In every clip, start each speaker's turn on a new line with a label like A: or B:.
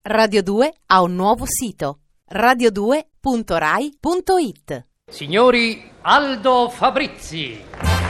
A: Radio 2 ha un nuovo sito, radio2.rai.it.
B: Signori, Aldo Fabrizi.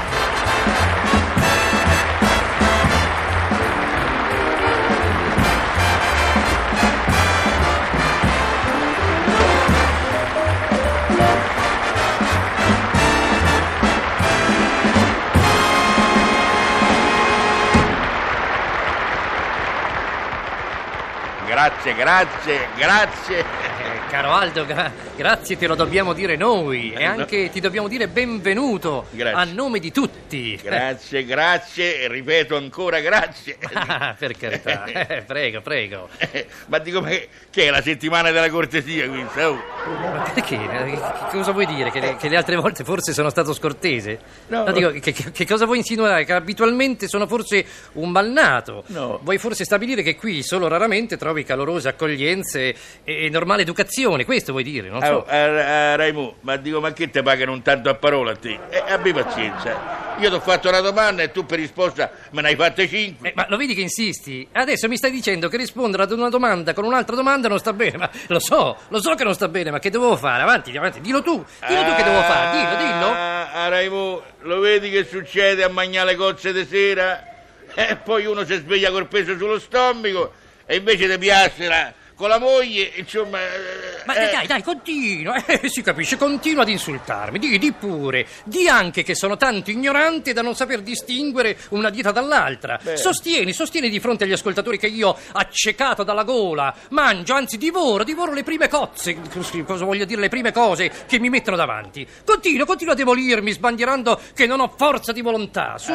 C: Grazie.
B: Caro Aldo, grazie, te lo dobbiamo dire noi e anche ti dobbiamo dire benvenuto a nome di tutti.
C: Grazie, ripeto ancora grazie.
B: Per carità, prego.
C: Ma dico, che è la settimana della cortesia qui?
B: Ma perché? Che cosa vuoi dire? Che le altre volte forse sono stato scortese?
C: No.
B: Dico, che cosa vuoi insinuare? Che abitualmente sono forse un malnato?
C: No.
B: Vuoi forse stabilire che qui solo raramente trovi calorose accoglienze e normale educazione? Questo vuoi dire? Non so.
C: Raimù, ma che te pagano un tanto a parola a te? Abbi pazienza. Io ti ho fatto una domanda e tu per risposta me ne hai fatte 5.
B: Ma lo vedi che insisti? Adesso mi stai dicendo che rispondere ad una domanda con un'altra domanda non sta bene. Ma lo so che non sta bene, ma che devo fare? Avanti, dillo tu che devo fare, dillo.
C: Raimù, lo vedi che succede a mangiare le cozze di sera? E poi uno si sveglia col peso sullo stomaco e invece ti piace con la moglie, insomma.
B: Ma dai, continua. Si capisce, continua ad insultarmi. Di pure. Di anche che sono tanto ignorante da non saper distinguere una dieta dall'altra. Sostieni di fronte agli ascoltatori che io, accecato dalla gola, mangio, anzi divoro le prime cozze. Cosa voglio dire? Le prime cose che mi mettono davanti. Continua a demolirmi, sbandierando che non ho forza di volontà. Su.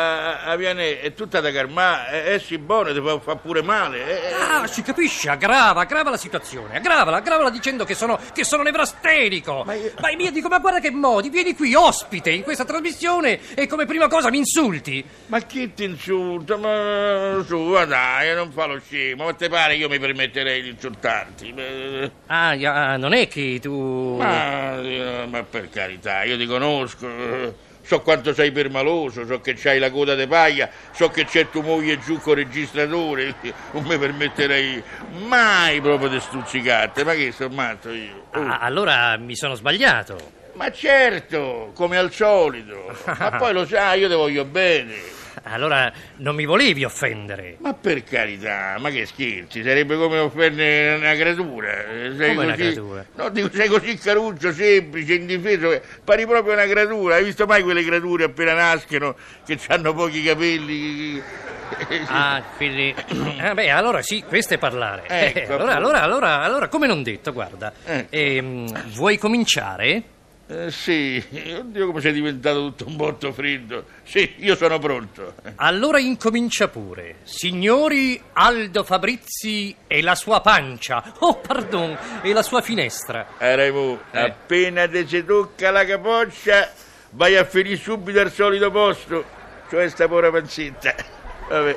C: Viene, è tutta da calmare. Sì, buono, ti fa pure male.
B: Si capisce, aggrava la situazione, aggravala dicendo che sono nevrastenico. Ma io dico, ma guarda che modi, vieni qui ospite in questa trasmissione e come prima cosa mi insulti.
C: Ma chi ti insulta? Ma su, dai, non fa lo scemo. Ma te pare io mi permetterei di insultarti?
B: Non è che tu...
C: Ma per carità, io ti conosco. So quanto sei permaloso, so che c'hai la coda de paglia, so che c'è tua moglie giù col registratore. Non mi permetterei mai proprio di stuzzicarti. Ma che sono matto io?
B: Allora mi sono sbagliato.
C: Ma certo, come al solito. Ma poi lo sai, io ti voglio bene.
B: Allora non mi volevi offendere.
C: Ma per carità, ma che scherzi, sarebbe come offendere una creatura.
B: Una creatura?
C: No, dico, sei così caruccio, semplice, indifeso, pari proprio una creatura. Hai visto mai quelle creature appena nascono che hanno pochi capelli?
B: Quindi... allora sì, questo è parlare.
C: Ecco,
B: allora, come non detto, guarda. Vuoi cominciare?
C: Sì, oddio come sei diventato tutto un botto freddo. Sì, io sono pronto.
B: Allora incomincia pure. Signori, Aldo Fabrizi e la sua pancia. E la sua finestra.
C: Raimù, appena te si tocca la capoccia, vai a finire subito al solito posto, cioè sta povera pancetta. Vabbè.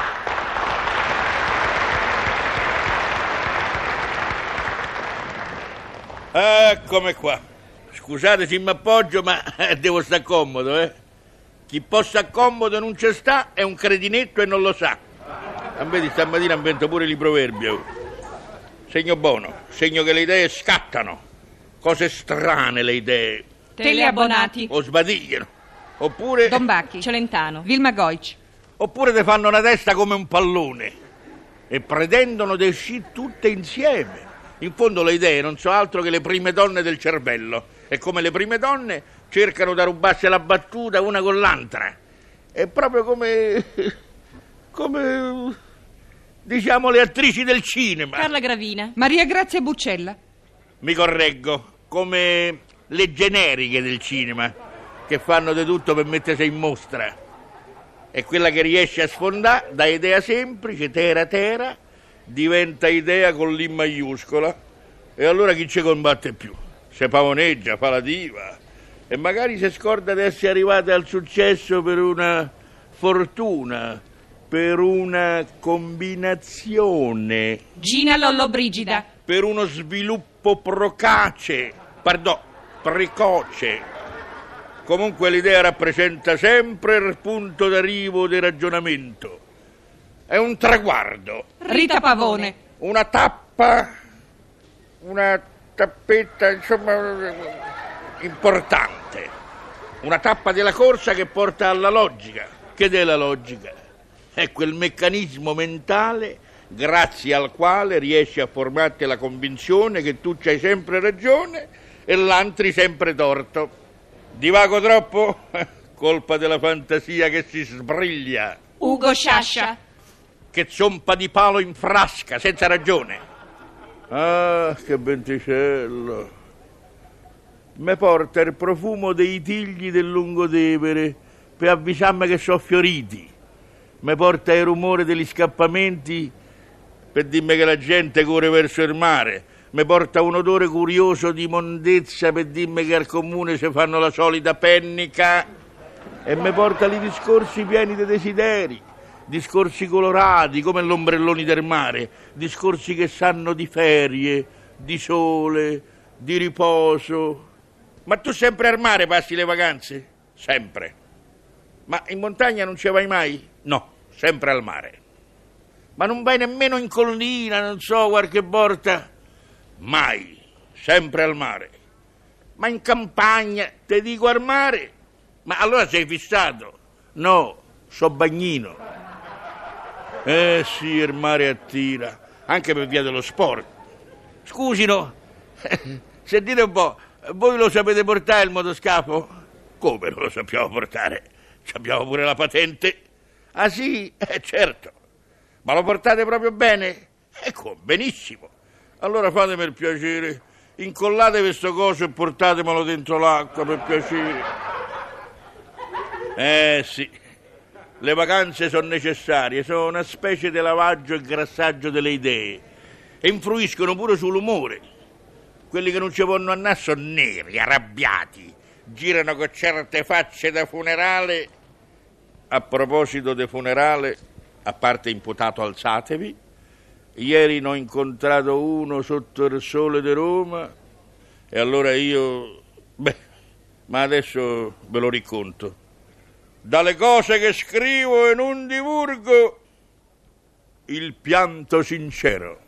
C: Eccomi qua. Scusate se mi appoggio, ma devo stare comodo, Chi possa comodo non ci sta, è un cretinetto e non lo sa. Vedi, stamattina invento pure i proverbi. Segno buono, segno che le idee scattano. Cose strane le idee.
D: Teleabbonati.
C: O sbadigliano. Oppure...
D: Don Bacchi, Celentano, Vilma Goic.
C: Oppure te fanno una testa come un pallone e pretendono di uscire tutte insieme. In fondo le idee non sono altro che le prime donne del cervello. E come le prime donne cercano di rubarsi la battuta una con l'altra. È proprio come diciamo le attrici del cinema.
D: Carla Gravina, Maria Grazia Buccella.
C: Mi correggo, come le generiche del cinema, che fanno di tutto per mettersi in mostra. E quella che riesce a sfondare da idea semplice, tera, diventa idea con l'I maiuscola. E allora chi ci combatte più? Se pavoneggia, fa la diva e magari si scorda di essere arrivata al successo per una fortuna, per una combinazione.
D: Gina Lollobrigida.
C: Per uno sviluppo precoce. Comunque l'idea rappresenta sempre il punto d'arrivo del ragionamento. È un traguardo.
D: Rita Pavone.
C: una tappa, una tappetta, insomma, importante. Una tappa della corsa che porta alla logica. Che è la logica? È quel meccanismo mentale grazie al quale riesci a formarti la convinzione che tu c'hai sempre ragione e l'altri sempre torto. Divago troppo? Colpa della fantasia che si sbriglia.
D: Ugo Sciascia.
C: Che zompa di palo in frasca, senza ragione. Ah, che venticello. Me porta il profumo dei tigli del Lungotevere per avvisarmi che sono fioriti. Me porta il rumore degli scappamenti per dirmi che la gente corre verso il mare. Me porta un odore curioso di immondezza per dirmi che al comune si fanno la solita pennica. E me porta i discorsi pieni di desideri, discorsi colorati come gli ombrelloni del mare, discorsi che sanno di ferie, di sole, di riposo. Ma tu sempre al mare passi le vacanze? Sempre. Ma in montagna non ci vai mai? No, sempre al mare. Ma non vai nemmeno in collina, non so, qualche volta? Mai, sempre al mare. Ma in campagna, te dico al mare? Ma allora sei fissato? No, so bagnino. Sì, il mare attira, anche per via dello sport. Scusino, sentite un po', voi lo sapete portare il motoscafo? Come non lo sappiamo portare? Abbiamo pure la patente. Ah sì? Certo. Ma lo portate proprio bene? Ecco, benissimo. Allora fatemi il piacere, incollate questo coso e portatemelo dentro l'acqua, per piacere. Sì, le vacanze sono necessarie, sono una specie di lavaggio e grassaggio delle idee e influiscono pure sull'umore. Quelli che non ci vanno andare sono neri, arrabbiati, girano con certe facce da funerale. A proposito di funerale, a parte imputato, alzatevi. Ieri ne ho incontrato uno sotto il sole di Roma e allora io... ma adesso ve lo racconto. Dalle cose che scrivo e non divulgo, il pianto sincero.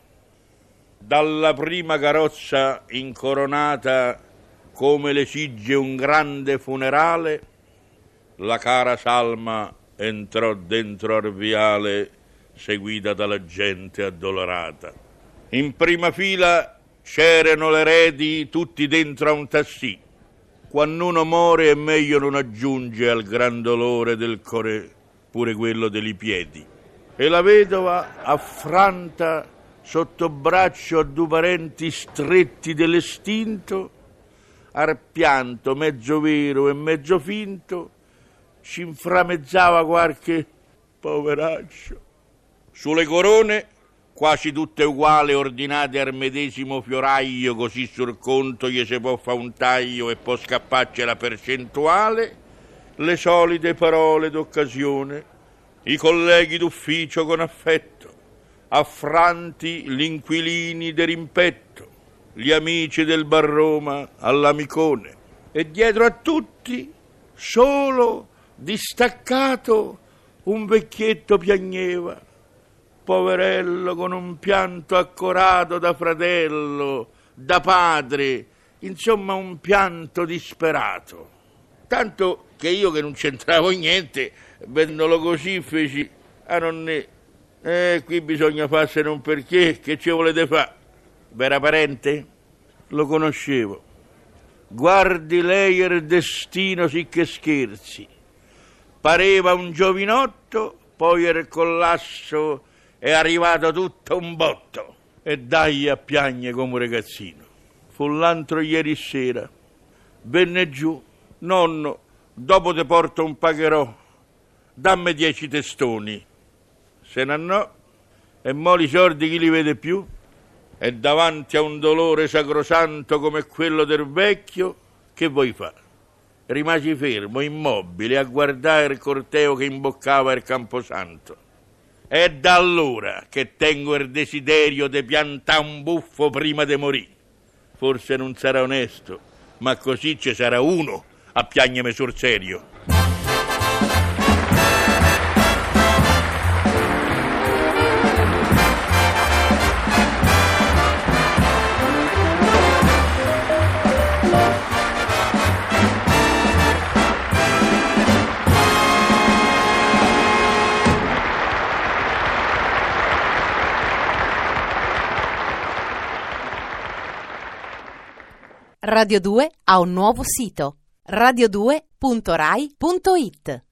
C: Dalla prima carrozza incoronata come l'esige un grande funerale, la cara salma entrò dentro al viale seguita dalla gente addolorata. In prima fila c'erano le eredi tutti dentro a un tassì. Quando uno muore è meglio non aggiunge al gran dolore del cuore pure quello dei piedi. E la vedova, affranta sotto braccio a due parenti stretti dell'estinto, al pianto mezzo vero e mezzo finto, ci inframezzava qualche poveraccio. Sulle corone, quasi tutte uguali, ordinate al medesimo fioraio, così sul conto gli si può fare un taglio e può scapparci la percentuale, le solite parole d'occasione, i colleghi d'ufficio con affetto, affranti gli inquilini de rimpetto, gli amici del Bar Roma all'amicone, e dietro a tutti, solo, distaccato, un vecchietto piagneva, poverello, con un pianto accorato da fratello, da padre, insomma un pianto disperato. Tanto che io, che non c'entravo niente, vedendolo così feci: ah, nonnè, qui bisogna farsene un perché, che ci volete fare? V'era parente? Lo conoscevo. Guardi lei il destino sì che scherzi. Pareva un giovinotto, poi il collasso è arrivato tutto un botto e dai a piagne come un ragazzino. Fu l'altro ieri sera, venne giù: nonno, dopo te porto un pagherò, dammi 10 testoni. Se ne andò e mo' i soldi chi li vede più? E davanti a un dolore sacrosanto come quello del vecchio, che vuoi fare? Rimasi fermo, immobile, a guardare il corteo che imboccava il Camposanto. È da allora che tengo il desiderio di piantare un buffo prima di morire. Forse non sarà onesto, ma così ci sarà uno a piagneme sul serio.
A: Radio 2 ha un nuovo sito: radio2.rai.it.